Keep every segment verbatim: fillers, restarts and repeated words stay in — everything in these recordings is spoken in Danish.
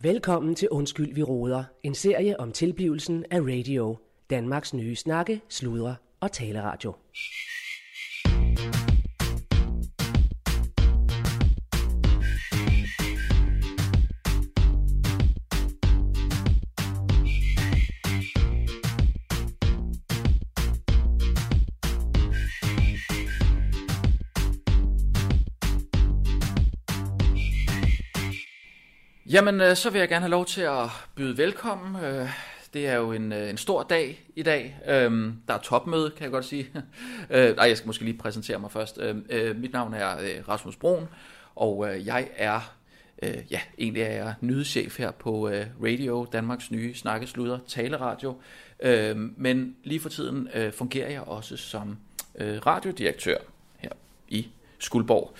Velkommen til Undskyld, vi råder. En serie om tilblivelsen af radio. Danmarks nye snakke, sludre og taleradio. Jamen, så vil jeg gerne have lov til at byde velkommen. Det er jo en, en stor dag i dag. Der er topmøde, kan jeg godt sige. Nej, jeg skal måske lige præsentere mig først. Mit navn er Rasmus Broen, og jeg er, ja, egentlig er jeg nyhedschef her på Radio, Danmarks nye snakke, sludre, taleradio. Men lige for tiden fungerer jeg også som radiodirektør her i Skuldborg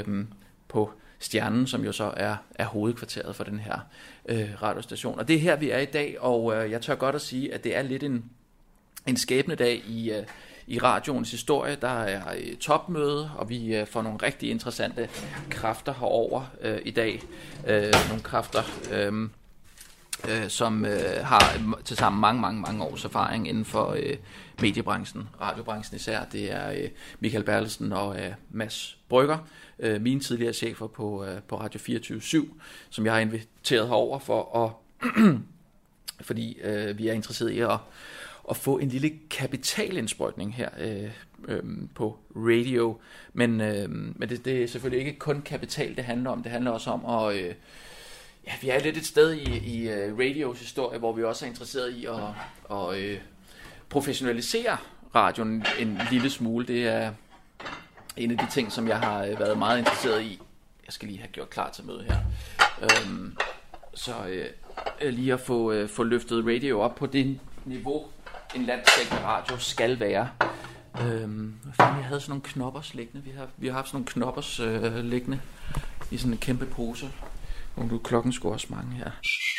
på Stjernen, som jo så er, er hovedkvarteret for den her øh, radiostation. Og det er her, vi er i dag, og øh, jeg tør godt at sige, at det er lidt en, en skæbnedag i, øh, i radioens historie. Der er øh, topmøde, og vi øh, får nogle rigtig interessante kræfter herover øh, i dag. Øh, nogle kræfter, øh, øh, som øh, har tilsammen mange, mange, mange års erfaring inden for øh, mediebranchen, radiobranchen især. Det er øh, Michael Bertelsen og øh, Mads Brygger, mine tidligere chefer på, på Radio fireogtyve syv, som jeg har inviteret herover for at, fordi øh, vi er interesseret i at, at få en lille kapitalindsprøjtning her øh, øh, på radio. Men, øh, men det, det er selvfølgelig ikke kun kapital, det handler om. Det handler også om at... Øh, ja, vi er lidt et sted i, i radios historie, hvor vi også er interesseret i at, at øh, professionalisere radioen en lille smule. Det er en af de ting, som jeg har været meget interesseret i. Jeg skal lige have gjort klar til møde her. Øhm, så øh, lige at få, øh, få løftet radio op på det niveau, en landsdækkende radio skal være. Øhm, fanden, jeg havde sådan nogle knoppers liggende. Vi har, vi har haft sådan nogle knoppers øh, liggende i sådan en kæmpe pose. Og nu klokken skulle også mange her.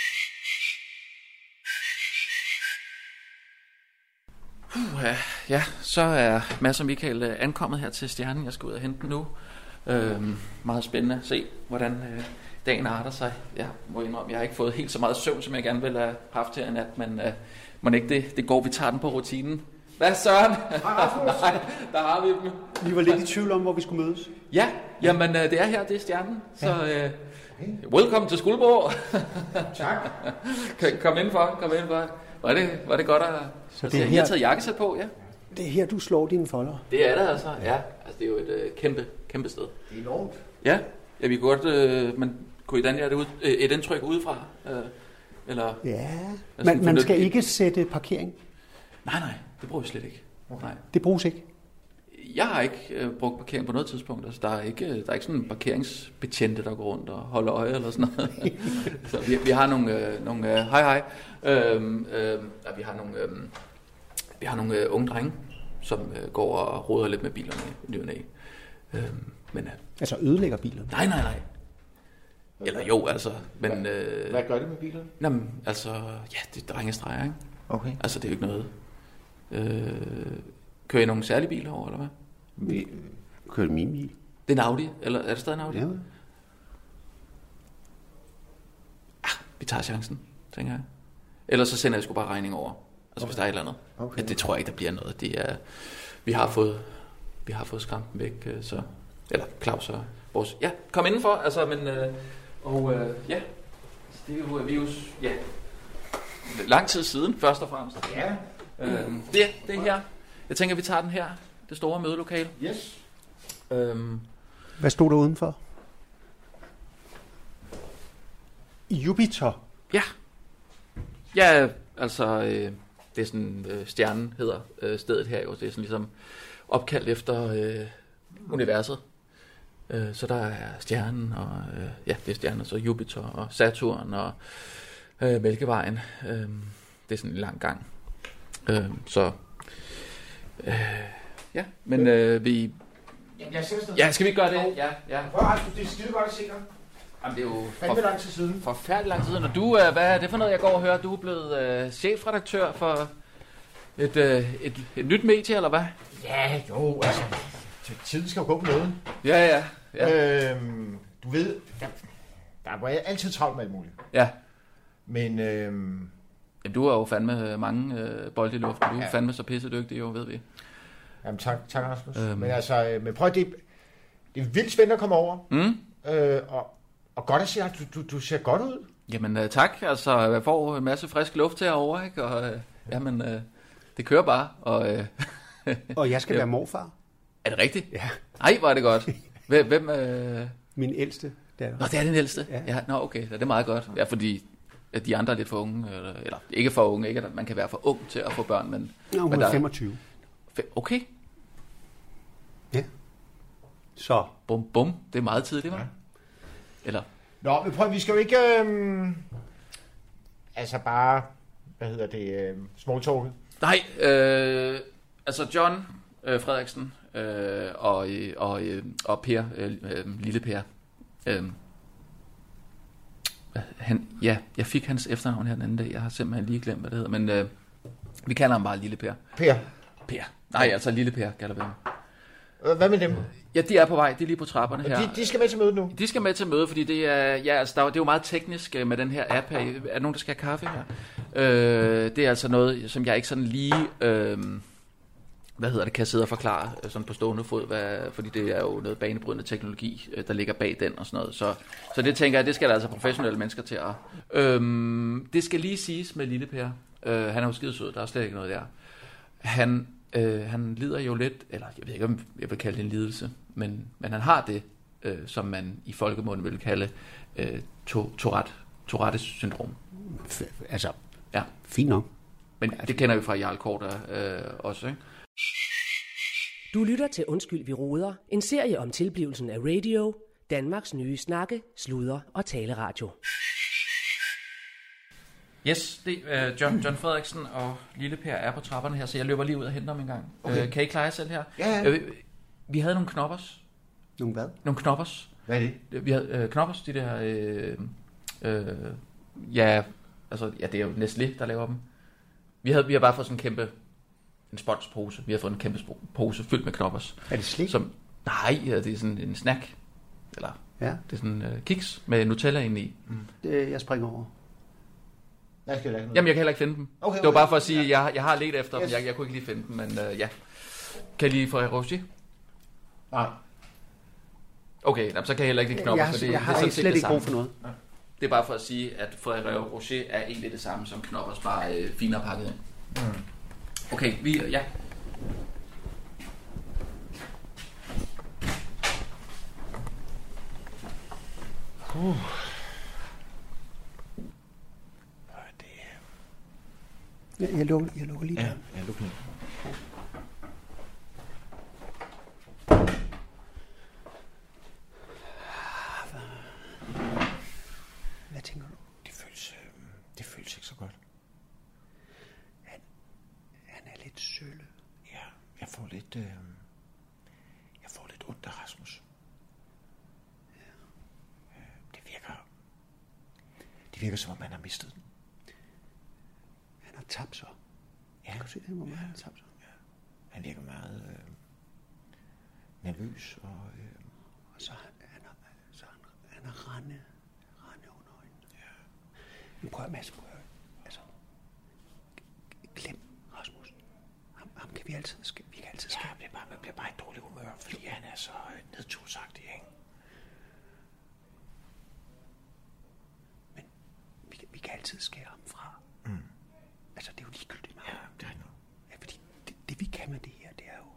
Uh, ja, så er Mads og Michael ankommet her til Stjernen. Jeg skal ud og hente den nu. Øhm, meget spændende at se, hvordan øh, dagen arter sig. Jeg må indrømme, jeg har ikke fået helt så meget søvn, som jeg gerne ville have haft her i nat, men øh, må ikke det, det går, vi tager den på rutinen. Hvad Søren? Nej, der har vi dem. Vi var lidt i tvivl om, hvor vi skulle mødes. Ja, jamen øh, det er her, det er Stjernen. Så øh, welcome til Skuldborg. Tak. Kom indenfor, kom indenfor. Var det, var det godt at... Så det er her... Jeg har taget jakkesæt på, ja. Det er her, du slår dine folder. Det er det altså, ja. Altså, det er jo et øh, kæmpe, kæmpe sted. Det er enormt. Ja, ja, vi kunne godt... Øh, men kunne I danne jer det ud, øh, et indtryk udefra? Øh, eller... Ja, man, man skal ikke sætte parkering. Nej, nej, det bruger vi slet ikke. Okay. Nej. Det bruges ikke? Jeg har ikke øh, brugt parkering på noget tidspunkt. Altså, der er ikke, der er ikke sådan en parkeringsbetjente, der går rundt og holder øje eller sådan noget. Så vi, vi har nogle... Øh, nogle øh, hej, hej. Øhm, øh, vi har nogle... Øh, Vi har nogle øh, unge drenge, som øh, går og roder lidt med bilerne i ny og næ. Øhm, men, øh, altså ødelægger bilerne? Nej, nej, nej. Eller jo, altså. Men, øh, Hvad gør det med bilerne? Jamen, altså, ja, det er drengestreger, ikke? Okay. Altså, det er jo ikke noget. Øh, kører I nogle særlige biler over, eller hvad? Vi kører min bil. Det er en Audi, eller er det stadig en Audi? Ja. Ah, vi tager chancen, tænker jeg. Ellers så sender jeg sgu bare regning over. Altså okay. Hvis der er et eller andet. Okay. Ja, det tror jeg ikke, der bliver noget. Det er, vi har fået, vi har fået skræmt væk, så... Eller Claus og vores... Ja, kom indenfor, altså, men... Øh, og øh, ja, det er jo, vi er jo... Ja, lang tid siden, først og fremmest. Ja. Øhm, det, det er her. Jeg tænker, vi tager den her. Det store mødelokale. Yes. Øhm, Hvad stod der udenfor? Jupiter. Ja. Ja, altså... Øh, det er sådan, øh, Stjernen hedder øh, stedet her jo. Det er sådan ligesom opkaldt efter øh, universet. Øh, så der er Stjernen, og øh, ja, det er Stjernen, så Jupiter og Saturn og øh, Mælkevejen. Øh, det er sådan en lang gang. Øh, så øh, ja, men øh, vi... Jeg ja, skal vi gøre det? Ja, ja. Hvor er det? Det er skide godt sikkert. Jamen, det er jo fandme lang tid siden. Forfærdelig lang tid siden. Og du, øh, hvad er det for noget, jeg går og hører? Du er blevet øh, chefredaktør for et, øh, et, et nyt medie, eller hvad? Ja, jo, altså. Tiden skal jo gå på noget. Ja, ja. ja. Øhm, du ved, der, der var altid travlt med alt muligt. Ja. Men øh, Jamen, du har jo fandme mange øh, bolde i luften. Du er Ja. fandme så pissedygtig, jo, ved vi. jamen, tak, tak Rasmus. Øhm. Men altså, øh, men prøv, det, det er vildt spændende at komme over. Mm? Øh, og, og godt at se, at du, du, du ser godt ud. Jamen, øh, tak. Altså, jeg får en masse frisk luft herovre, ikke? Og øh, jamen, øh, det kører bare. Og, øh, Og jeg skal Ja. være morfar. er det rigtigt? Ja. Ej, hvor er det godt. Hvem? hvem øh... Min ældste datter. Nå, det er den ældste? Ja. ja. Nå, okay. Ja, det er meget godt. Ja, fordi at de andre er lidt for unge. Eller, eller ikke for unge, ikke? At man kan være for ung til at få børn, men... Nå, hun men er der- femogtyve. Fe- Okay. Ja. Så. Bum, bum. Det er meget tidligt, hva'? Ja. Eller... Nå, men prøv, vi skal jo ikke... Øh, altså bare... Hvad hedder det? Øh, smalltalket. Nej, øh, altså John øh, Frederiksen øh, og, øh, og, øh, og Per, øh, øh, Lille Per. Øh, hvad- han, ja, jeg fik hans efternavn her den anden dag. Jeg har simpelthen lige glemt, hvad det hedder. Men øh, vi kalder ham bare Lille Per. Per, Per. Nej, altså Lille Per kalder vi ham. øh, hvad med dem? Ja, de er på vej. De er lige på trapperne her. De, de skal med til mødet nu. De skal med til møde, fordi det er, ja, altså, der, er jo- det er jo meget teknisk øh, med den her app her. Er der nogen, der skal have kaffe her? Øh, det er altså noget, som jeg ikke sådan lige, øh, hvad hedder det, kan sidde og forklare øh, sådan på stående fod, hvad, fordi det er jo noget banebrydende teknologi, øh, der ligger bag den og sådan noget. Så, så det tænker jeg, det skal der altså professionelle mennesker til at... Øh, det skal lige siges med Lille Per. Øh, han er jo skidesød, der er slet ikke noget der. Han, øh, han lider jo lidt, eller jeg ved ikke, om jeg vil kalde det en lidelse, men, men han har det, øh, som man i folkemunden vil kalde øh, to, Tourette, Tourettes syndrom. F- altså, Ja, fint nok. men det kender vi fra Jarl Korda øh, også, ikke? Du lytter til Undskyld, vi roder. En serie om tilblivelsen af radio. Danmarks nye snakke, sludre og taleradio. Yes, det er uh, John, John Frederiksen og Lille Per er på trapperne her, så jeg løber lige ud og henter dem en gang. Okay. Uh, kan I klare jer selv her? Ja, ja. Uh, vi havde nogle knoppers. Nogle hvad? Nogle knoppers. Hvad er det? Vi havde øh, knoppers, de der... Øh, øh, ja, altså, ja, det er jo Nestlé, der laver dem. Vi, havde, vi har bare fået sådan en kæmpe... En sponspose. Vi har fået en kæmpe spo- pose fyldt med knoppers. Er det slik? Som, nej, ja, det er sådan en snack. Eller, Ja, det er sådan en øh, kiks med Nutella inde i. det, jeg springer over. Jeg skal ikke noget. Jamen, jeg kan heller ikke finde dem. Okay, Det var okay. bare for at sige, at jeg, jeg har let efter Yes. dem. Jeg, jeg kunne ikke lige finde dem, men øh, ja. Kan I lige få Roger? Nej. Okay, jamen, så kan jeg heller ikke lide knoppers. Jeg, for det, jeg det er har sådan ikke set slet det ikke brug samme. for noget. Det er bare for at sige, at Ferrero Rocher er egentlig det samme som knoppers, bare øh, finere pakket ind. Mm. Okay, vi... Ja. Uh. Hvad er det? Jeg, jeg, lukker, jeg lukker lige Ja, der. ja, luk nu. Hvad tænker du? Det føles, øh, det føles ikke så godt. Han er lidt sølle. Ja, jeg får lidt, øh, jeg får lidt ondt af Rasmus. Ja. Det virker, det virker som om han har mistet den. Han har tabt sig. Ja. Kan du se det, hvor meget han har tabt sig? Han virker meget øh, nervøs og øh, Og så han, han har, så han, han har rende, rende under øjnene. ja. Men prøv at Mads, prøv at høre. Altså, glem Rasmus. Ham, ham kan vi altid, skal, vi kan altid Ja, skabe. det er bare, man bliver bare i dårlig humør, fordi han er så øh, nedtursagtig, ikke? Men vi, kan- vi kan altid skære ham fra. Mm. Altså, det er jo ligegyldigt meget. Ja, det er noget. Ja, fordi det, det vi kan med det her, det er jo...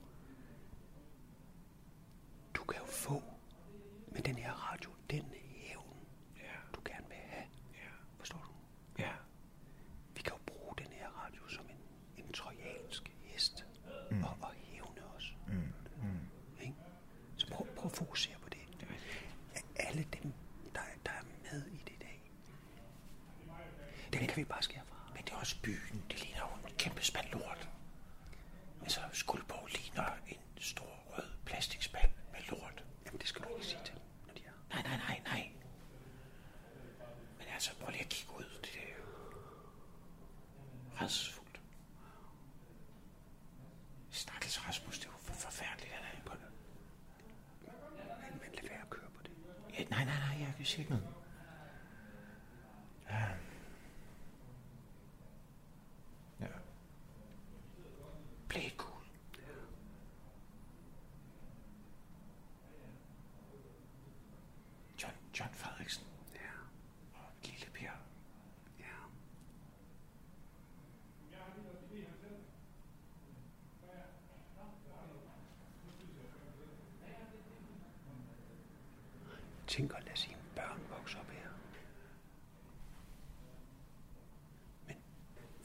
Du kan jo få med den her radio, den hævn, Ja, du gerne vil have. ja, Forstår du? ja. Vi kan jo bruge den her radio som en, en trojansk hest Mm. og, og hævne os. Mm. Mm. Ikke? Så prøv, prøv at fokusere på det. Det er rigtigt. Alle dem, der, er- der er med i det i dag, den kan vi bare skære fra. Men det er også byen. Det ligner jo en kæmpe spand lort. Altså, Skuldborg ligner en stor rød plastikspand med lort. Jamen, det skal du ikke sige til dem, når de er. Nej, nej, nej, nej. Men altså, prøv lige at kigge ud. Det er jo rædselsfuldt. Stakkels Rasmus, det er jo for- forfærdeligt, han er på det. Men, men lad være at køre på det. Ja, nej, nej, nej, jeg kan sige ikke noget. Ja.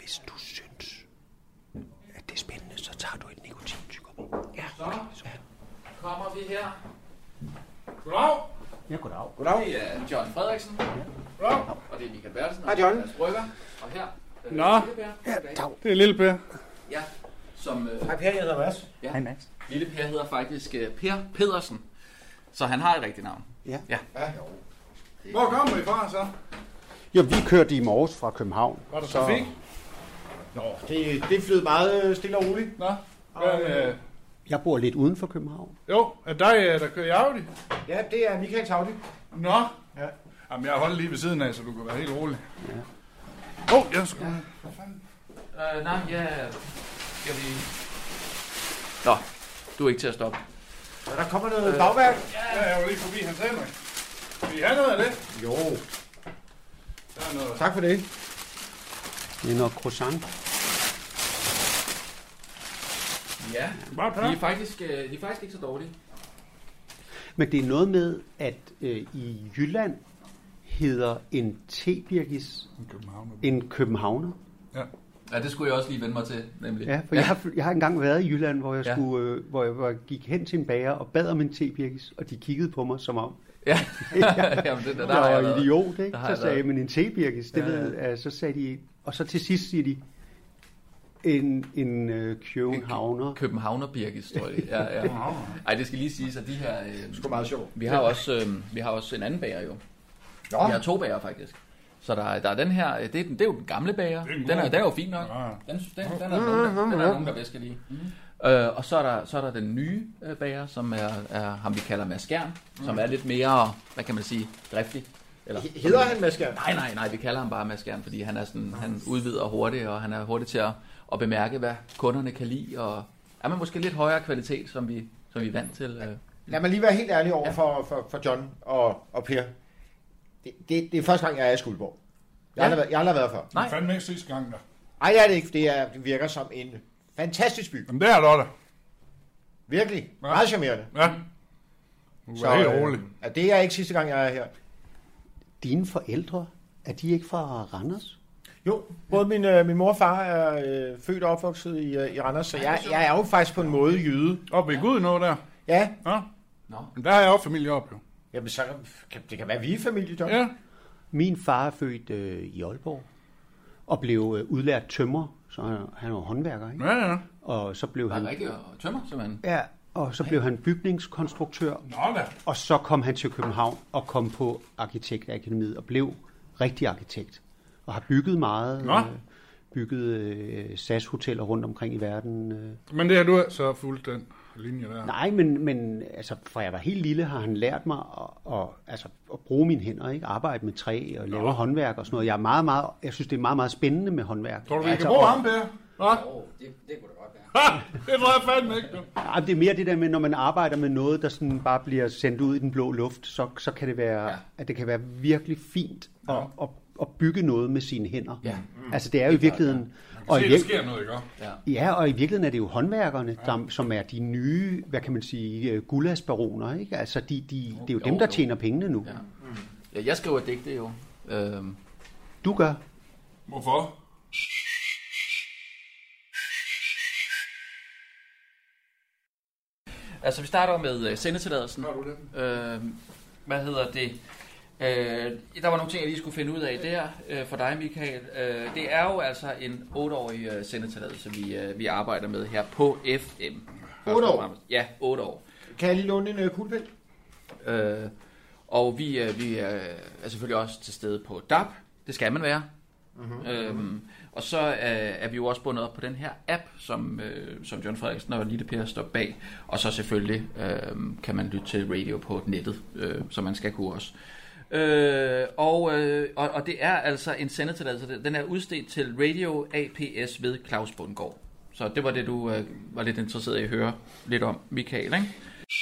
hvis du synes, at det er spændende, så tager du et nikotintyggegummi. Ja. Så kommer vi her. Goddag. Ja, goddag. Goddag. Det er John Frederiksen. Goddag. Og det er Michael Bertelsen. Hej, John. Og Brygger. Og her. Øh, Nå. Lille Per. Ja, dag. Det er Lille Per. Ja. Som, øh, Hej Per, jeg hedder Mads. ja. Hej, Mads. Lille Per hedder faktisk øh, Per Pedersen. Så han har et rigtigt navn. Ja. Ja. Ja. Hvor kommer I fra så? Jo, vi kørte i morges fra København. Var der trafik? Nå, det, det flød meget stille og roligt. Nå. Hvad med... Jeg bor lidt uden for København. Jo, er dig, der kører i Audi? Ja, det er Michaels Audi. Nå. Ja. Jamen, jeg holder lige ved siden af, så du kan være helt rolig. Ja. Åh, oh, jeg skal... Ja. Hvad fanden? Øh, nej, ja... Skal vi... Nå, du er ikke til at stoppe. Så der kommer noget øh. bagværk. Ja, jeg var lige forbi Hans Henrik. Vil I have noget af det? Jo. Der er noget... Tak for det. Det er noget croissant. Ja, Bare de er, faktisk, øh, de er faktisk ikke så dårlige. Men det er noget med, at øh, i Jylland hedder en tebirkis København. en københavner. Ja. Ja, det skulle jeg også lige vende mig til, nemlig. Ja, for jeg har, jeg har engang været i Jylland, hvor jeg, Ja. skulle, øh, hvor, jeg, hvor jeg gik hen til en bager og bad om en tebirkis, og de kiggede på mig som om, Ja, Jamen, det, der, der jeg har jeg var været. idiot, ikke? Der har Så jeg sagde jeg, været. men en tebirkis, det Ja, ja. ved jeg, så sagde de, og så til sidst siger de, en, en øh, københavner. Københavner Birgis, tror jeg. Ja, ja. Ej, det skal lige siges, at de her... Øh, Det er sgu meget sjovt. vi har også, øh, vi har også en anden bager jo. Nå. Vi har to bager faktisk. Så der, er- der er den her, det er, den, det er jo den gamle bager. Det er en Den er, god. den er jo fin nok. Ja. Den, den, den, er, nogen, der, den er nogen, der bedst skal lide. Øh, og så er, der, så er der den nye øh, bager, som er, er ham, vi kalder Mads Skjern, som er lidt mere, hvad kan man sige, driftig. Eller, Hedder han Mads Skjern? Nej, nej, nej, vi kalder ham bare Mads Skjern, fordi han er sådan, han udvider hurtigt, og han er hurtig til at, at bemærke, hvad kunderne kan lide, og er man måske lidt højere kvalitet, som vi, som vi er vant til. Øh. Lad mig lige være helt ærlig over Ja. for, for, for John og, og Per. Det, det, det er første gang, jeg er i Skuldborg. Jeg har Ja. aldrig været- jeg har aldrig været før. Nej. Det fandme ikke sidste gang, der. Nej, det er det ikke. Det, er, det virker som en fantastisk by. Jamen, det er Lotte. Virkelig. Ja. Meget charmerende. Ja. Du er helt rolig. Ja, det er ikke sidste gang, jeg er her. Dine forældre, er de ikke fra Randers? Jo, både min, øh, min mor og far er øh, født og opvokset i, øh, i Randers, så jeg, jeg er jo faktisk på en måde jyde. Oppe i Gud nu der. Ja, Ja. Nå. Men der har jeg også familie op, jo. jamen, så kan, det kan være, vi er familie, John. Ja. Min far er født øh, i Aalborg og blev øh, udlært tømrer, så han, han var håndværker, ikke? Ja, ja. Og så blev Der han er rigtig tømmer, simpelthen. ja, og så blev han bygningskonstruktør, Nå da. og så kom han til København og kom på Arkitektakademiet og blev rigtig arkitekt og har bygget meget. Nå. Øh, bygget øh, S A S-hoteller rundt omkring i verden. Øh. Men det har du så fulgt den linje der. Nej, men, men altså, fra jeg var helt lille, har han lært mig at, at, altså, at bruge mine hænder, ikke? Arbejde med træ og lave Nå. håndværk og sådan noget. Jeg, er meget, meget, jeg synes, det er meget, meget spændende med håndværk. Tror du, vi altså, kan bruge og- ham, Per? Hva? Det, det kunne da godt være. Ha! Det tror jeg fandme ikke, du. Ej, det er mere det der med, når man arbejder med noget, der sådan bare bliver sendt ud i den blå luft, så, så kan det være, Ja. at det kan være virkelig fint at, Ja. at, at bygge noget med sine hænder. Ja. Altså det er jo i virkeligheden, og Se, i, der vir- sker noget, ikke? Ja. ja, og i virkeligheden er det jo håndværkerne, der, som er de nye, hvad kan man sige, øh, gullaschbaroner, ikke? Altså de, de, det er jo Jo, dem, der jo. tjener pengene nu. Ja. Ja, jeg skriver digte jo. Øhm, Du gør. Hvorfor? altså, vi starter med uh, sendetilladelsen. Har du det? Øh, hvad hedder det? Øh, der var nogle ting, jeg lige skulle finde ud af der øh, for dig, Michael. Øh, det er jo altså en otteårig øh, sendetilladelse, vi, øh, vi arbejder med her på F M. Otte år? Ja, otte år. Kan jeg lige låne en øh, kuglepen? Øh, og vi, øh, vi er, er selvfølgelig også til stede på D A B. Det skal man være. Mm-hmm. Øhm, og så øh, er vi jo også bundet op på den her app, som, øh, som John Frederiksen og Lille Per står bag. Og så selvfølgelig øh, kan man lytte til radio på nettet, øh, som man skal kunne også. Øh, og, øh, og, og det er altså en sendetilladelse. Den er udstedt til Radio A P S ved Claus Bundgaard. Så det var det, du øh, var lidt interesseret i at høre lidt om, Michael, ikke?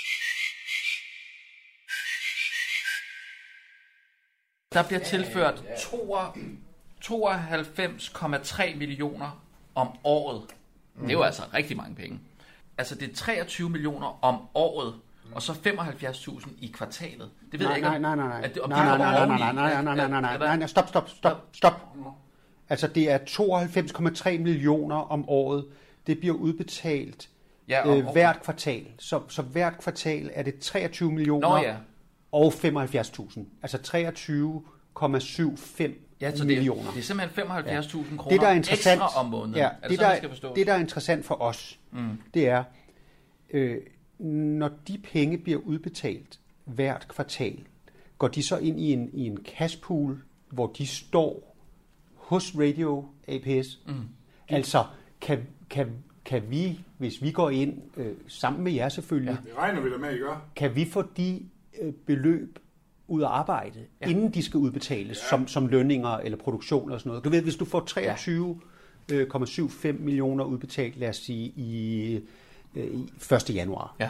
Der bliver tilført tooghalvfems komma tre millioner om året. Det er jo altså rigtig mange penge. Altså det er treogtyve millioner om året, og så femoghalvfjerds tusind i kvartalet. Det ved Nej, jeg ikke. nej, nej, nej, nej. at det- og Nej, nej, det nej, kommer nej, oveni. nej, nej, nej, nej, nej, nej, Er der- nej, nej, stop, stop, stop, stop. Altså, det er tooghalvfems komma tre millioner om året. Det bliver udbetalt Ja, om øh, hvert kvartal. Så, så hvert kvartal er det treogtyve millioner Nå, ja. og femoghalvfjerds tusind. Altså treogtyve komma syvoghalvfems Ja, så det, millioner. det er simpelthen femoghalvfjerds tusind kroner Det, der er interessant, ekstra om måneden. ja, er det, det, sådan, der, det skal forstås? det, der er interessant for os, mm. det er, øh, når de penge bliver udbetalt hvert kvartal, går de så ind i en, i en cashpool, hvor de står hos Radio A P S. Mm. Altså, kan, kan, kan vi, hvis vi går ind øh, sammen med jer selvfølgelig, Det regner vi da med, I gør. kan vi få de øh, beløb ud at arbejde, ja. inden de skal udbetales, ja. som, som lønninger eller produktion og sådan noget. Du ved, hvis du får treogtyve komma syvoghalvfems millioner udbetalt, lad os sige, i, øh, i første januar. Ja.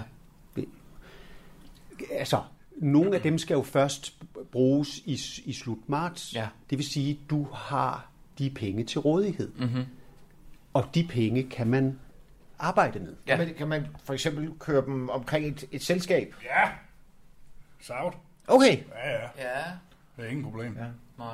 Altså, nogle af dem skal jo først bruges i, i slut marts. Ja. Det vil sige, at du har de penge til rådighed. Mm-hmm. Og de penge kan man arbejde med. Ja. Kan, man, kan man for eksempel køre dem omkring et, et selskab? Ja. Savt. Okay. Ja, ja. Ja. Det er ingen problem. Ja. Nej.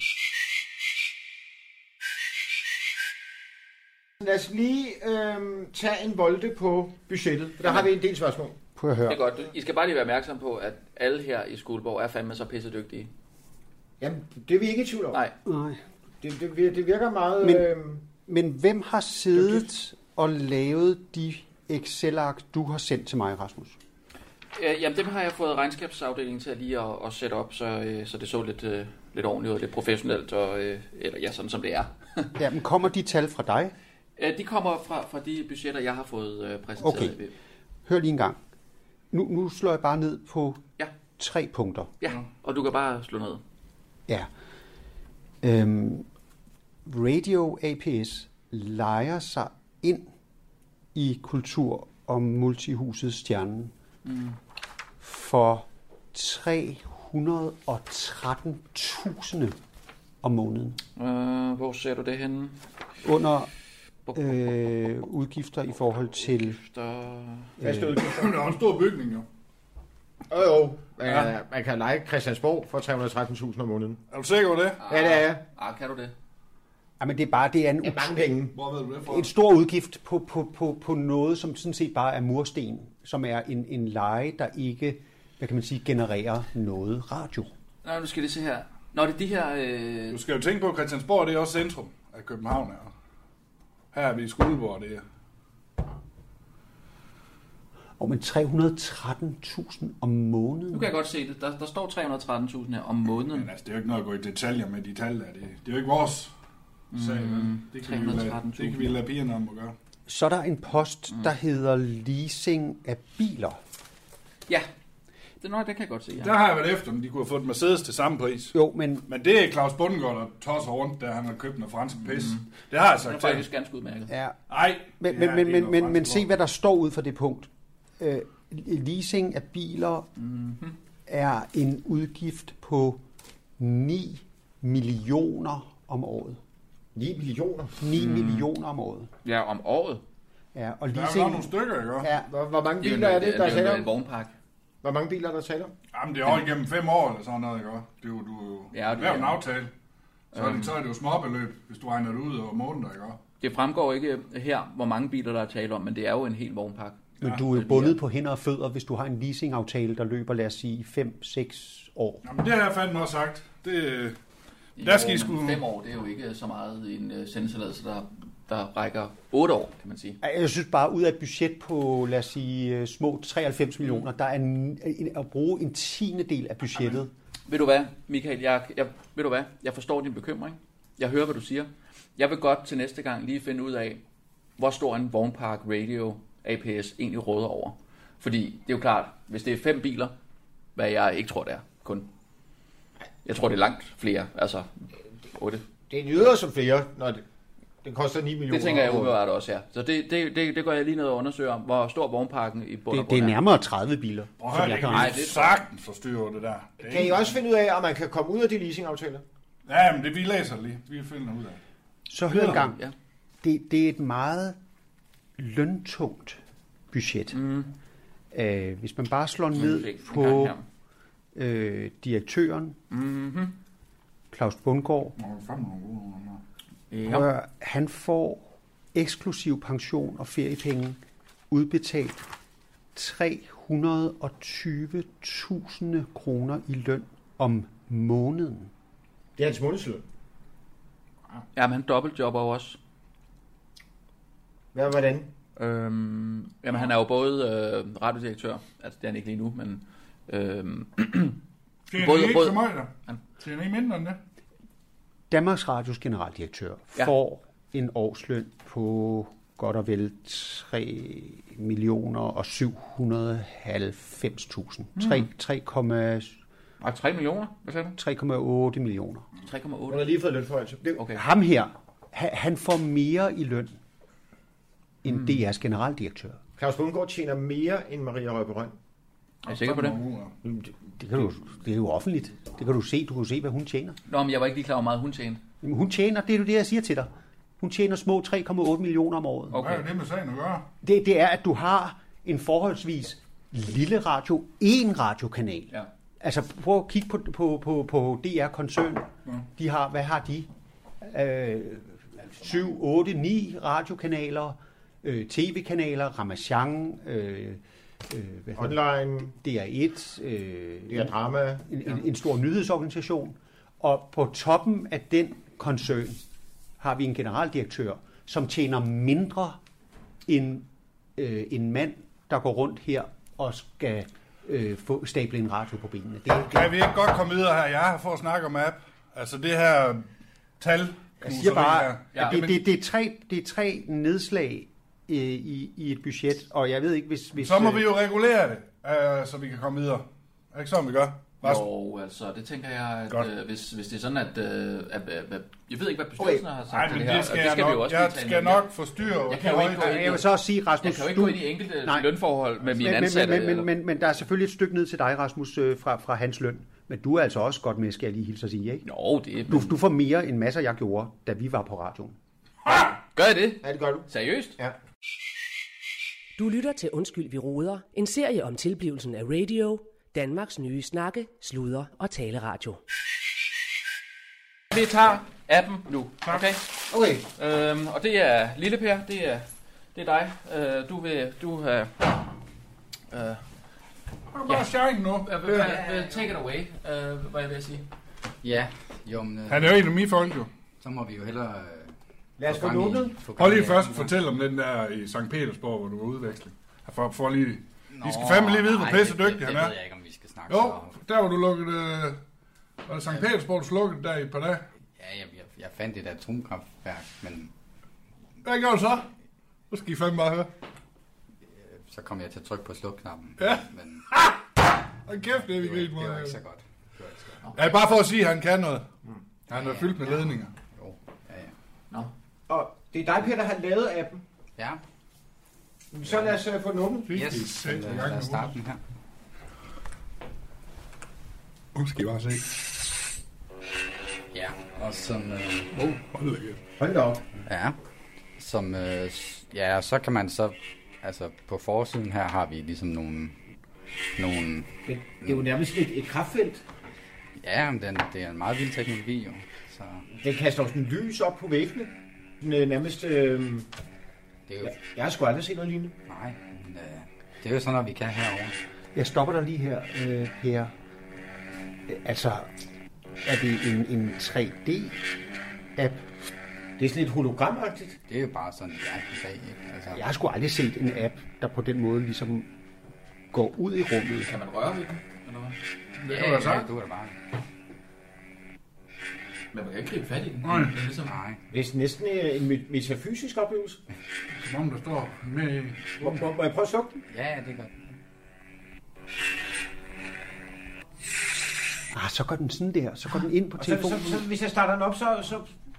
Lad os lige øh, tage en volte på budgettet. Der har vi en del spørgsmål. Prøv at høre. Det er godt. I skal bare lige være opmærksom på, at alle her i Skuldborg er fandme så pissedygtige. Jamen, det er vi ikke i tvivl om. Nej. Nej. Det, det, vir- det virker meget... Men- øh, Men hvem har siddet og lavet de Excel-ark, du har sendt til mig, Rasmus? Øh, jamen, dem har jeg fået regnskabsafdelingen til at lige at, at sætte op, så, øh, så det så lidt, øh, lidt ordentligt og lidt professionelt, og, øh, eller ja, sådan som det er. Jamen, kommer de tal fra dig? øh, de kommer fra, fra de budgetter, jeg har fået øh, præsenteret. Okay. Hør lige en gang. Nu, nu slår jeg bare ned på Ja. tre punkter. Ja, og du kan bare slå ned. Ja. Øhm, Radio A P S lejer sig ind i Kultur- og Multihuset Stjernen mm. for tre hundrede og tretten tusind om måneden. Øh, hvor ser du det henne? Under øh, udgifter i forhold til... Der... faste udgifter. Det er en stor bygning, jo. Jo, jo. Ja. Man kan lege Christiansborg for tre hundrede og tretten tusind om måneden. Er du sikker på det? Ja, det er jeg. Ah, kan du det? Jamen, det er bare det er en, Det er mange penge. Hvor ved du det fra? en stor udgift på, på, på, på noget, som sådan set bare er mursten, som er en, en leje, der ikke, hvad kan man sige, genererer noget radio. Nå, nu skal det se her. Nå, det er de her... Øh... Du skal jo tænke på, at Christiansborg det er også centrum af København. Her, her er vi i Skuldborg, det er. Og men tre hundrede og tretten tusind om måneden. Nu kan jeg godt se det. Der, der står tre hundrede og tretten tusind her om måneden. Men altså, det er jo ikke noget at gå i detaljer med de tal der. Det, det er jo ikke vores sag. Mm, det, kan vi jo lade, det kan vi lade pigerne om at gøre. Så er der en post, der hedder leasing af biler. Ja, det, nå, det kan jeg godt se. Ja. Der har jeg været efter, om de kunne have fået Mercedes til samme pris. Jo, men Men det er Claus Bundgaard, der tosser rundt, da han har købt noget fransk pis. Mm. Det har jeg Det er sagt faktisk til. ganske udmærket. ja, Nej, men, det men, er- men, det er men, noget men, fransk men se, lort. hvad der står ud for det punkt. Øh, leasing af biler Mm-hmm. er en udgift på ni millioner om året. ni millioner. ni mm. millioner om året. Ja, om året. Ja, og Der er jo leasing... nogle stykker, ikke? Ja, Hvor, hvor mange Det er jo biler er en- det, der det er jo taler en om? vognpark. Hvor mange biler der taler om? Jamen, det er over igennem fem år eller sådan noget, ikke? Det er jo, du Ja, ja, det laver er- en aftale. Så, er Øhm. det, så er det jo småbeløb, hvis du regner det ud over måneder, ikke? Det fremgår ikke her, hvor mange biler der er tale om, men det er jo en hel vognpark. men Ja, du er det bundet er- på hænder og fødder, hvis du har en leasingaftale, der løber, lad os sige, i fem seks år. Jamen, det har jeg fandme også sagt. Det, Jo, Der skal I men sgu- Fem år, det er jo ikke så meget i en uh, sendetilladelse, der, der rækker otte år, kan man sige. Jeg synes bare, ud af et budget på, lad os sige, øh, små treoghalvfems millioner, der er en, en, at bruge en tiende del af budgettet. Ved du hvad, Michael, jeg, jeg, ved du hvad, jeg forstår din bekymring. Jeg hører, hvad du siger. Jeg vil godt til næste gang lige finde ud af, hvor stor en vognpark Radio A P S egentlig råder over. Fordi det er jo klart, hvis det er fem biler, hvad jeg ikke tror, det er kun. Jeg tror, det er langt flere, altså otte. Det er en yder som flere, når det, det koster ni millioner. Det tænker jeg om året. umiddelbart også, ja. Så det, det, det, det går jeg lige ned og undersøger, hvor stor vognparken i bund og Det, det er grund nærmere tredive biler. prøv at som høre, jeg det kan kan Nej, vi det- sagtens forstyrre det der. Det er Kan I ikke- også finde ud af, om man kan komme ud af de leasingaftaler? Ja, men det vi læser det lige. Vi finder ud af. Så hør en gang. Ja. Det, det er et meget løntungt budget. Mm. Øh, hvis man bare slår ned En gang på her. øh, direktøren, Mm-hmm. Claus Bundgaard, Nå, fandme nogle gode nogle. Ja. Og han får eksklusiv pension og feriepenge udbetalt tre hundrede og tyve tusind kroner i løn om måneden. Det er hans månedsløn. Ja, men han dobbeltjobber jo også. Hvad, hvordan? Øhm, jamen, han er jo både øh, radiodirektør, altså det er han ikke lige nu, men... Øhm, Det er både, ikke både, så meget, der. Det er ikke mindre end det. Danmarks Radios generaldirektør Ja. får en årsløn på godt og vel tre millioner og syv hundrede og halvfems tusind. tre tre millioner, hvad sagde du? tre komma otte millioner. tre komma Hun otte. har lige fået lønforhøjelse. Det, Okay. Ham her, ha- han får mere i løn end mm. D R's generaldirektør. Claus Bundgaard tjener mere end Maria Røberøn. Er I sikker på det? Det, det, kan du, det er jo offentligt. Det kan du se. Du kan se, hvad hun tjener. Nå, men jeg var ikke lige klar, hvor meget hun tjente. Jamen, hun tjener, det er jo det, jeg siger til dig. Hun tjener små tre komma otte millioner om året. Okay. Hvad er det med sagen at gøre? Det, det er, at du har en forholdsvis lille radio, én radiokanal. Ja. Altså prøv at kigge på, på, på, på D R-koncernen. De har, hvad har de? Øh, syv, otte, ni radiokanaler, øh, tv-kanaler, Ramachan, øh, øh, hvad hedder Online, D R et, øh, det er drama. en, en, en stor nyhedsorganisation. Og på toppen af den koncern har vi en generaldirektør, som tjener mindre end øh, en mand, der går rundt her og skal øh, få stable en radio på benene. Det, det, Kan vi ikke godt komme videre her? Jeg er her for at snakke om app. Altså det her tal. jeg siger bare, her. at det, det, det, er tre, det er tre nedslag øh, i, i et budget, og jeg ved ikke, hvis... hvis Så må vi jo regulere det, øh, så vi kan komme videre. Er det ikke sådan, vi gør? Rasmus? Jo, altså, det tænker jeg, Godt. at øh, hvis, hvis det er sådan, at, øh, at, at, at... Jeg ved ikke, hvad bestyrelsen Okay. har sagt Nej, til men det her. det skal, og jeg, skal vi jo nok, også jeg lige tage skal en- nok forstyrre. Jeg kan jo ikke gå ind Jeg vil så også sige, Rasmus... Jeg kan jo ikke du- gå ind i enkelte Nej. lønforhold med mine men, men, ansatte. men, men, men, men der er selvfølgelig et stykke ned til dig, Rasmus, øh, fra, fra hans løn. Men du er altså også godt med, skal jeg lige hilse at sige, ikke? Jo, det Du, du får mere end masser, jeg gjorde, da vi var på radioen. Gør jeg det? Ja, det gør du. Seriøst? Ja. Du lytter til Undskyld, vi roder. En serie om tilblivelsen af radio. Danmarks nye snakke, sludre og taleradio. Vi tager appen nu, okay? Okay. Øhm, og det er Lille Per, det er, det er dig. Øh, du vil, du øh, øh, Bare shine nu. øh, øh, øh, take it away, øh, hvad jeg vil sige. Ja, jo, men øh, Han er jo en af mine folk, jo. så må vi jo hellere... Øh, Lad os få gang i- åbnet. få gang Prøv lige i- først at fortælle om den der i Sankt Petersborg, hvor du var udveksling. For, for lige... Vi skal fandme lige vide, hvor nej, pisse det- dygtig det, han det er. ved jeg ikke, om vi skal snakke Jo, så... der hvor du lukkede... Øh, var det Sankt Petersborg, du slukkede der i et par dage? Ja, jeg, jeg, jeg fandt et atomkraftværk, men Hvad gjorde du så? Nu skal I fandme bare høre. øh, så kom jeg til at trykke på slukknappen. Ja. Men Og kæft, det er vi det var, grint det var meget. ikke så godt. Det var ikke så godt. Ja, bare for at sige, at han kan noget. Han er fyldt med ledninger. Jo, ja, ja. Nå. Og det er dig, Per, der har lavet appen. Ja, Så lad os uh, få den åbnet. Rigtig yes. sæt i Lad, gang lad os nu. starte den her. Nu skal I bare se. Ja, og som... Øh, Åh, oh, hold da kæft. Hold da op. ja, som... Øh, s- ja, så kan man så... Altså, på forsiden her har vi ligesom nogle... nogle Det, det er jo nærmest et, et kraftfelt. ja, men den, det er en meget vild teknologi, jo. Så Den kaster også en lys op på væggene. Den, øh, nærmest... Øh, det er jo... jeg, jeg har sgu aldrig set noget lignende. Nej, men, øh, det er jo sådan noget, vi kan herovre. Jeg stopper dig lige her, øh, Per. Øh, Altså, er det en, en tre D-app? Det er sådan lidt hologramagtigt. Det er jo bare sådan, ja, i dag, ikke? Altså, Jeg har sgu aldrig set en app, der på den måde ligesom går ud i rummet. Kan man røre ved den? Eller hvad? Det ja, kan du da sagt. ja, du er da bare... Men man kan ikke gribe fat i den. Nej. Det er ligesom... Nej, Det er næsten øh, en me- metafysisk oplevelse. Som om der står med i... Må, må, må jeg prøve at slukke den? ja, ja, det er godt. Ah, så går den sådan der. Så går den ind på Og så, så, telefonen. så, hvis jeg starter den op, så... så...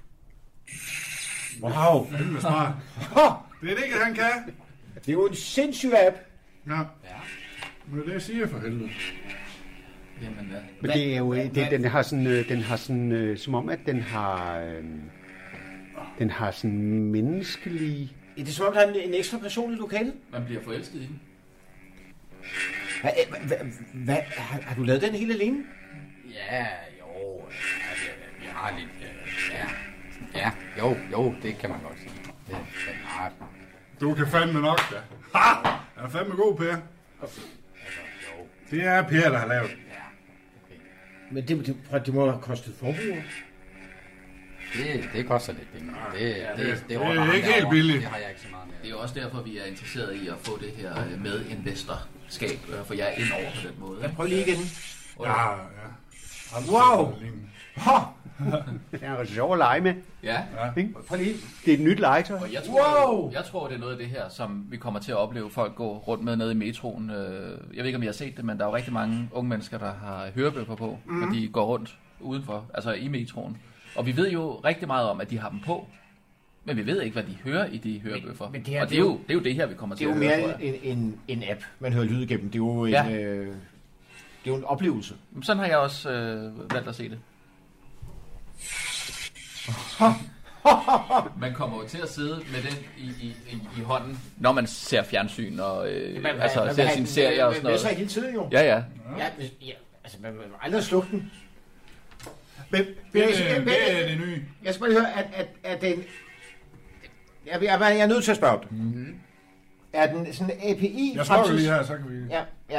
Wow. Fandme smart. Det er det ikke, han kan. Det er jo en sindssyg app. Ja, Ja. men det er det, jeg siger for helvede. Jamen, ja. Men det er jo, det, den har sådan, øh, den har sådan, øh, som om at den har, øh, den har sådan menneskelig. Ja, det er som om, der er en, en ekstra person i lokalet. Man bliver forelsket i den. Hvad, hvad, hvad, har, har du lavet den helt alene? Ja, jo, altså, vi har lidt, øh, ja, ja, Ja, jo, jo, det kan man godt sige. Det, ja. Du kan fandme nok, da. Ha! Han er fandme god, Per. Altså, jo. Det er Per, der har lavet. Ja, okay. Men det, det, det må have kostet forbruger. Det, det koster lidt penge. Det, det, det, det, det er ikke helt billigt. Det har jeg ikke så meget med. Det er jo også derfor, vi er interesseret i at få det her med investorskab, for jeg er ind over på den måde. Jeg prøver lige igen. Ja, ja. Wow! Ha! Det er jo sjovt at lege med. Ja. Ja. Prøv lige. Det er et nyt legetøj. Og jeg tror, Wow! jeg tror, det er noget af det her, som vi kommer til at opleve folk gå rundt med nede i metroen. Jeg ved ikke, om I har set det, men der er jo rigtig mange unge mennesker, der har hørebøffer på, mm. når de går rundt udenfor, altså i metroen. Og vi ved jo rigtig meget om, at de har dem på, men vi ved ikke, hvad de hører i de hørebøffer. Men det her, og det er, jo, det er jo det her, vi kommer til at høre. Det er jo mere en, en, en app, man hører lyd igennem. Det er jo en, ja. øh, det er jo en oplevelse. Sådan har jeg også øh, valgt at se det. Man kommer jo til at sidde med den i, i, i, i hånden, når man ser fjernsyn og øh, man, altså, man, ser sine serier og sådan noget. Man vil hele tiden jo. Ja, ja. Ja, ja altså man vil aldrig slukke den. Men, det, er, det, det er det nye. Jeg skal bare lige høre, at, at, at den... Jeg, jeg, jeg er nødt til at spørge dig. Mm-hmm. Er den sådan A P I... Jeg slukker lige her, så kan vi... Ja, ja.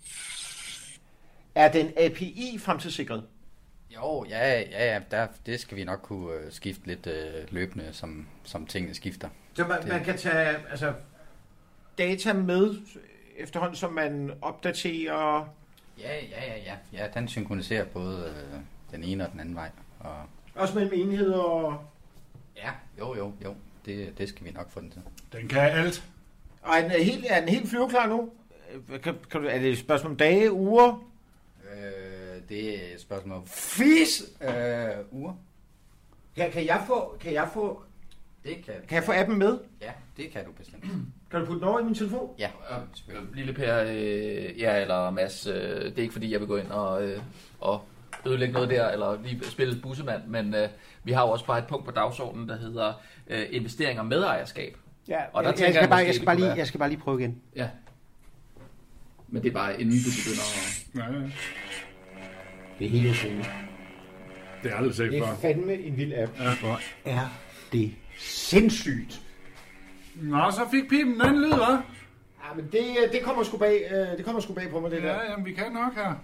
Er den A P I fremtidssikret? Jo, ja, ja, ja der, det skal vi nok kunne uh, skifte lidt uh, løbende, som, som tingene skifter. Så man, man kan tage altså, data med efterhånden, som man opdaterer... Ja, ja, ja, ja. Ja, den synkroniserer både uh, den ene og den anden vej. Og... Også mellem enheder og... Ja, jo, jo, jo. Det, det skal vi nok få den til. Den kan alt. Og er den helt, er den helt flyveklar nu? Kan, kan du, er det et spørgsmål om dage, uger? Øh, det er et spørgsmål om fis øh, uger. Kan, kan, jeg få, kan jeg få... Det kan, kan jeg få appen med? Ja, det kan du bestemt. Kan du putte den over i min telefon? Ja, øh, Lille Per, øh, ja, eller Mads, øh, det er ikke fordi, jeg vil gå ind og, øh, og ødelægge noget der, eller lige spille bussemand, men øh, vi har jo også bare et punkt på dagsordenen, der hedder øh, investering og medejerskab. Ja, og der jeg, jeg, skal jeg, bare, måske, jeg, skal bare lige, være... jeg skal bare lige prøve igen. Ja. Men det er bare inden du begynder at... Ja, ja. Det er helt utroligt. Det er aldrig set Det før. er fandme en vild app. Ja, for. Er det sindssygt? Nå, så fik pipen den lyd, hva'? Ja, men det, det kommer sgu bag, det kommer sgu bag på mig, det ja, der. Ja, jamen, vi kan nok her.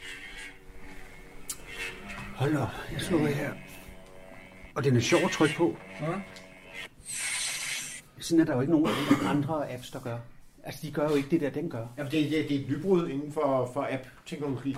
Hold op, jeg slår her. Og den er sjov at trykke på. Ja. Sådan er der jo ikke nogen andre apps, der gør. Altså, de gør jo ikke det der, den gør. Jamen, det, det, det er et nybrud inden for, for app-teknologi.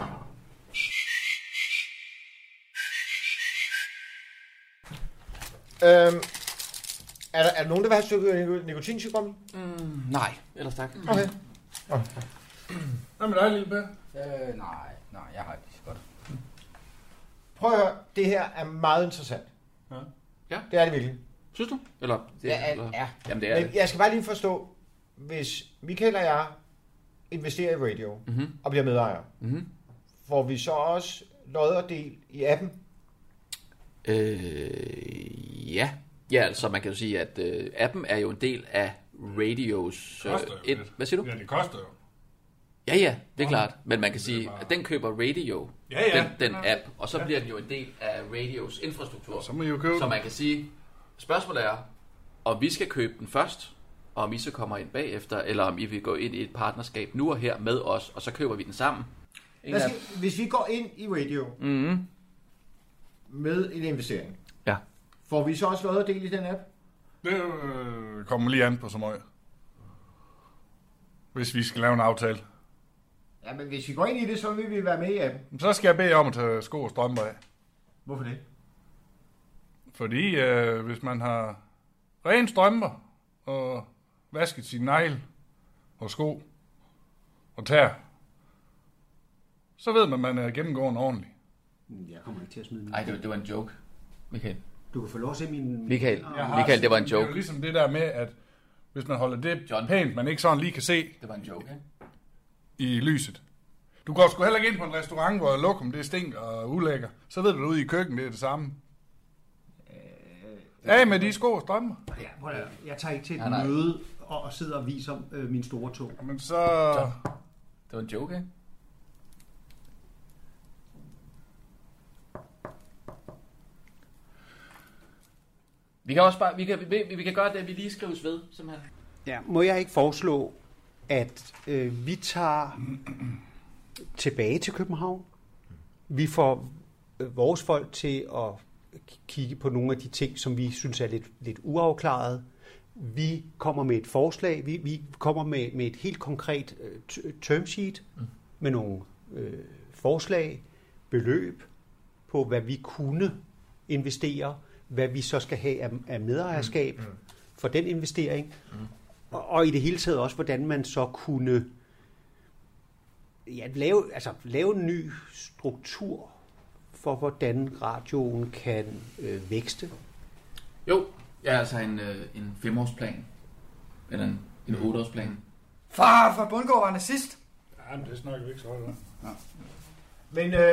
Øhm, er, der, er der nogen, der vil have et stykke nikotintyggegummi? Mm, nej, ellers tak. Okay. okay. Hvad med dig, lille Per? Øh, nej, nej, jeg har det lige så godt. Prøv at høre, det her er meget interessant. Ja. Ja. Det er det virkelig. Synes du? Eller, det, Ja, eller? ja. Jamen, det er Men jeg skal bare lige forstå, hvis Michael og jeg investerer i radio mm-hmm. og bliver medejere, Mm-hmm. får vi så også lod og del i appen? Øh, ja. Ja, altså man kan jo sige, at øh, appen er jo en del af radios... Det koster jo et, lidt. hvad siger du? Ja, det koster jo. Ja, ja, det er Nå, klart. Men man kan sige, bare... at den køber radio, ja, ja. den, den ja. app, og så ja. bliver den jo en del af radios infrastruktur. Så må I jo købe Så man kan sige, spørgsmålet er, om vi skal købe den først, og om I så kommer ind bagefter, eller om I vil gå ind i et partnerskab nu og her med os, og så køber vi den sammen. Hvad skal, hvis vi går ind i radio Mm-hmm. med en investering, Ja. får vi så også lod og del i den app? Det øh, kommer lige an på så meget. Hvis vi skal lave en aftale. Ja, men hvis vi går ind i det, så vil vi være med i appen. Så skal jeg bede om at tage sko og strømper af. Hvorfor det? Fordi øh, hvis man har rene strømper og vasket sin negl og sko og tær, så ved man, at man er gennemgående ordentlig. Jeg kommer ikke til at smide min. Ej, det, det var en joke, Michael. Du kan få lov at se min... Michael, Har, Michael, det var en Det joke. er jo ligesom det der med, at hvis man holder det John. pænt, man ikke sådan lige kan se Det var en joke, ikke? i lyset. Du går sgu heller ikke ind på en restaurant, hvor lokum det stinker og ulækker. Så ved du, ude i køkkenet, det er det samme. Af med de sko og strømper. Ja, prøv at, jeg tager ikke til et Nej, nej. møde og, og sidder og viser øh, min store tog. Men så... John. Det var en joke, ikke? Vi kan også bare, vi kan, vi, vi kan gøre det, at vi lige skrives ved, simpelthen. Ja, må jeg ikke foreslå, at øh, vi tager tilbage til København? Vi får øh, vores folk til at kigge på nogle af de ting, som vi synes er lidt, lidt uafklaret. Vi kommer med et forslag, vi, vi kommer med, med et helt konkret øh, term sheet mm. med nogle øh, forslag, beløb på, hvad vi kunne investere, hvad vi så skal have af, af medejerskab mm. Mm. for den investering, mm. og, og i det hele taget også, hvordan man så kunne ja, lave, altså, lave en ny struktur for, hvordan radioen kan øh, vækste. Jo, ja, altså en, øh, en femårsplan, eller en, en otteårsplan. Far fra Bundgaard var nazist. Jamen, det snakker vi ikke så højt om. Ja. Men øh,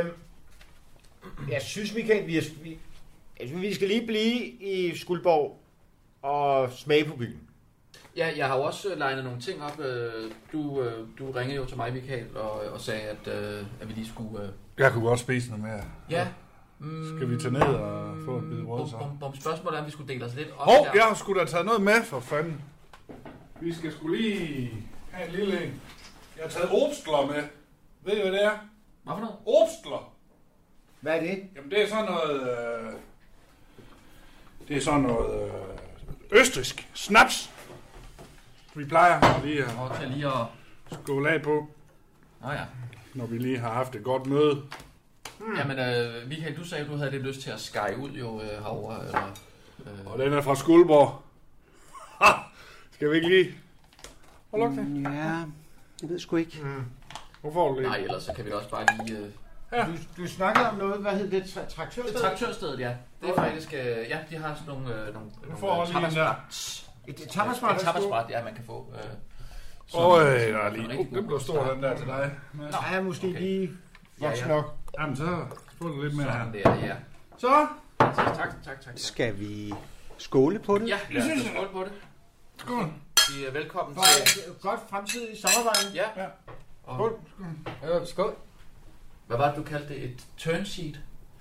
jeg synes, Michael, vi, er, vi, jeg synes, vi skal lige blive i Skuldborg og smage på byen. Ja, jeg har jo også legnet nogle ting op. Du, du ringede jo til mig, Michael, og, og sagde, at, at vi lige skulle... Jeg kunne godt spise noget mere. Ja. Skal vi tage ned og få en bid rød så? Om spørgsmålet er, om vi skulle dele os lidt op. Hov, jeg har sgu da taget noget med, for fanden. Vi skal sgu lige have en lille en. Jeg har taget obstler med. Ved I, hvad det er? Hvad for noget? Obstler. Hvad er det? Jamen, det er sådan noget... Øh, det er sådan noget... Øh, østrisk snaps. Vi plejer lige at... Og til lige at... skåle af på. Nå ja. Når vi lige har haft et godt møde. Hmm. Jamen, øh, Michael, du sagde, at du havde lidt lyst til at skære ud jo øh, herovre, eller... Øh... Og den er fra Skuldborg. Ha! Skal vi ikke lige... Hvor lukker det? Ja, jeg ved sgu ikke. Mm. Hvor får du det? Nej, ellers så kan vi da også bare lige... Øh... Ja. Du, du snakkede om noget, hvad hed det? Traktørstedet? Det traktørstedet, ja. Det er okay. faktisk... Øh, ja, de har sådan nogle... Øh, nogle du får øh, lige den der. Et tapasbræt? Et tapasbræt, ja, man kan få. Øh, Åh, øh, der er lige... Uh, den bliver stor, den der til dig. Nå, jeg er måske okay. lige voksen ja, ja. nok. Jamen, så får du lidt mere her. Sådan der, ja. Så? Tak, tak, tak, tak, tak. Skal vi skåle på det? Ja, vi skal skåle på det. Skål. Vi er velkommen for til... et godt fremtidigt samarbejde. Ja. Ja. Og... Skål. Skål. Hvad var det, du kaldte det? Et term sheet?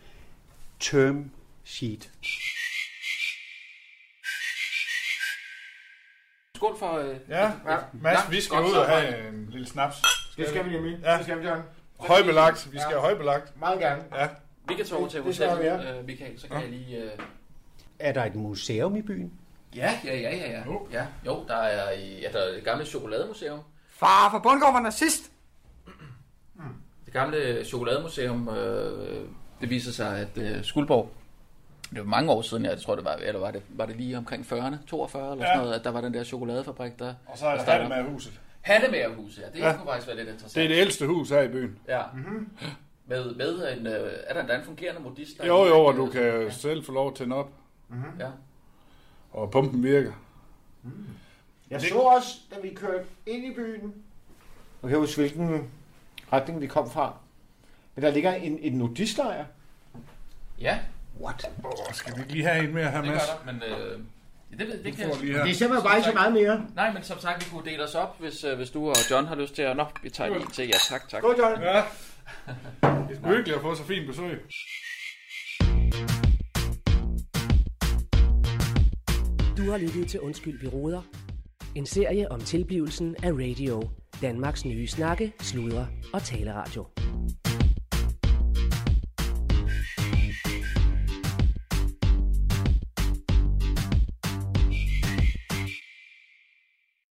Term sheet. Skål for... Øh, ja, ja. Mads, vi skal ud og have en lille snaps. Skal det skal vi nemlig. Ja. Det skal vi, John. Højbelagt. Vi skal have højbelagt. Meget gerne. Ja. Vi kan tage over til hotellet, øh, Michael, så kan ja. jeg lige... Øh... Er der et museum i byen? Ja, ja, ja, ja. ja. Jo. ja. Jo, der er, i, ja, der er det gamle chokolademuseum. Far fra Bundgaard var nazist. Det gamle chokolademuseum, øh, det viser sig, at øh, Skuldborg, det var mange år siden, jeg tror det var, eller var det, var det lige omkring fyrrerne, toogfyrre eller ja. sådan noget, at der var den der chokoladefabrik, der... Og så er der Hattemagerhuset. Hattemagerhuset, ja, det ja. kunne faktisk være lidt interessant. Det er det ældste hus her i byen. Ja. Mm-hmm. Med, med en, øh, er der endda en fungerende modist? Jo, jo, og du kan ja. selv få lov at tænde op. Mm-hmm. Ja. Og pumpen virker. Mm. Jeg så også, da vi kørte ind i byen, og jeg huske, hvilken retning vi kom fra, men der ligger en, en nudistlejr. Ja. What? Oh, skal vi ikke lige have en mere her, Mads? Det gør der, men... Øh, ja, det, det, det, kan, det er simpelthen bare ikke så meget mere. Nej, men som sagt, vi kunne dele os op, hvis, øh, hvis du og John har lyst til at... Nå, vi tager lige til. Ja, tak, tak. God, John. Ja. Det er hyggeligt at få så fint besøg. Du har lyttet til Undskyld, vi roder. En serie om tilblivelsen af radio. Danmarks nye snakke, sludre og taleradio.